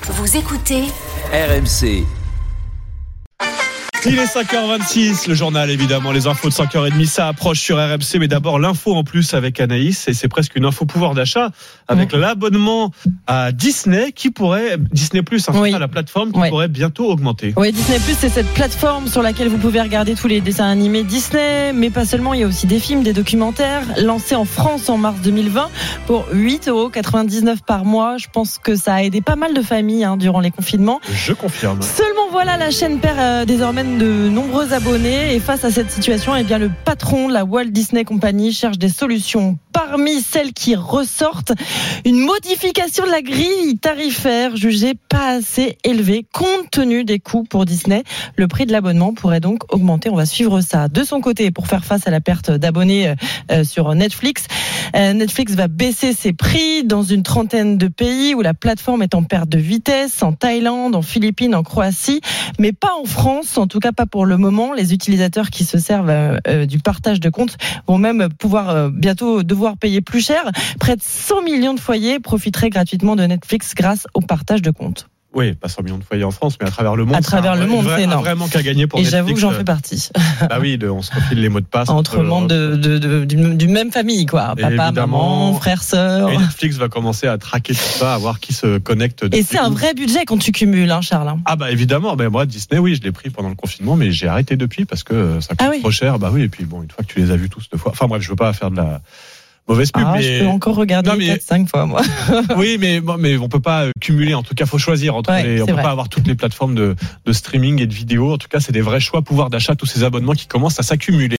Vous écoutez RMC. Il est 5h26, le journal évidemment, les infos de 5h30, ça approche sur RMC, mais d'abord l'info en plus avec Anaïs, et c'est presque une info pouvoir d'achat, avec l'abonnement à Disney qui pourrait, Disney+, la plateforme qui pourrait bientôt augmenter. Oui, Disney+, c'est cette plateforme sur laquelle vous pouvez regarder tous les dessins animés Disney, mais pas seulement, il y a aussi des films, des documentaires, lancés en France en mars 2020 pour 8,99€ par mois. Je pense que ça a aidé pas mal de familles durant les confinements. Je confirme. Seulement voilà, la chaîne perd désormais de nombreux abonnés, et face à cette situation, eh bien, le patron de la Walt Disney Company cherche des solutions. Parmi celles qui ressortent, une modification de la grille tarifaire jugée pas assez élevée compte tenu des coûts pour Disney. Le prix de l'abonnement pourrait donc augmenter. On va suivre ça. De son côté, pour faire face à la perte d'abonnés sur Netflix, Netflix va baisser ses prix dans une trentaine de pays où la plateforme est en perte de vitesse, en Thaïlande, en Philippines, en Croatie, mais pas en France, en tout cas pas pour le moment. Les utilisateurs qui se servent du partage de comptes vont même pouvoir bientôt devoir payer plus cher. Près de 100 millions de foyers profiteraient gratuitement de Netflix grâce au partage de comptes. Oui, pas 100 millions de foyers en France, mais à travers le monde. À travers le monde, c'est énorme. Vraiment qu'à gagner pour Netflix. Et j'avoue que j'en fais partie. Bah oui, on se refile les mots de passe. Entre membres d'une même famille, quoi. Papa, maman, frère, sœur. Et Netflix va commencer à traquer tout ça, à voir qui se connecte. Et c'est un vrai budget quand tu cumules, Charles. Ah bah évidemment, moi Disney, oui, je l'ai pris pendant le confinement, mais j'ai arrêté depuis parce que ça coûte trop cher. Bah oui, et puis bon, une fois que tu les as vus tous 2 fois. Enfin bref, je veux pas faire de la mauvaise pub, mais je peux encore regarder 4-5 fois, moi. Oui, mais on peut pas cumuler. En tout cas, faut choisir entre on peut pas avoir toutes les plateformes de streaming et de vidéo. En tout cas, c'est des vrais choix pouvoir d'achat, tous ces abonnements qui commencent à s'accumuler.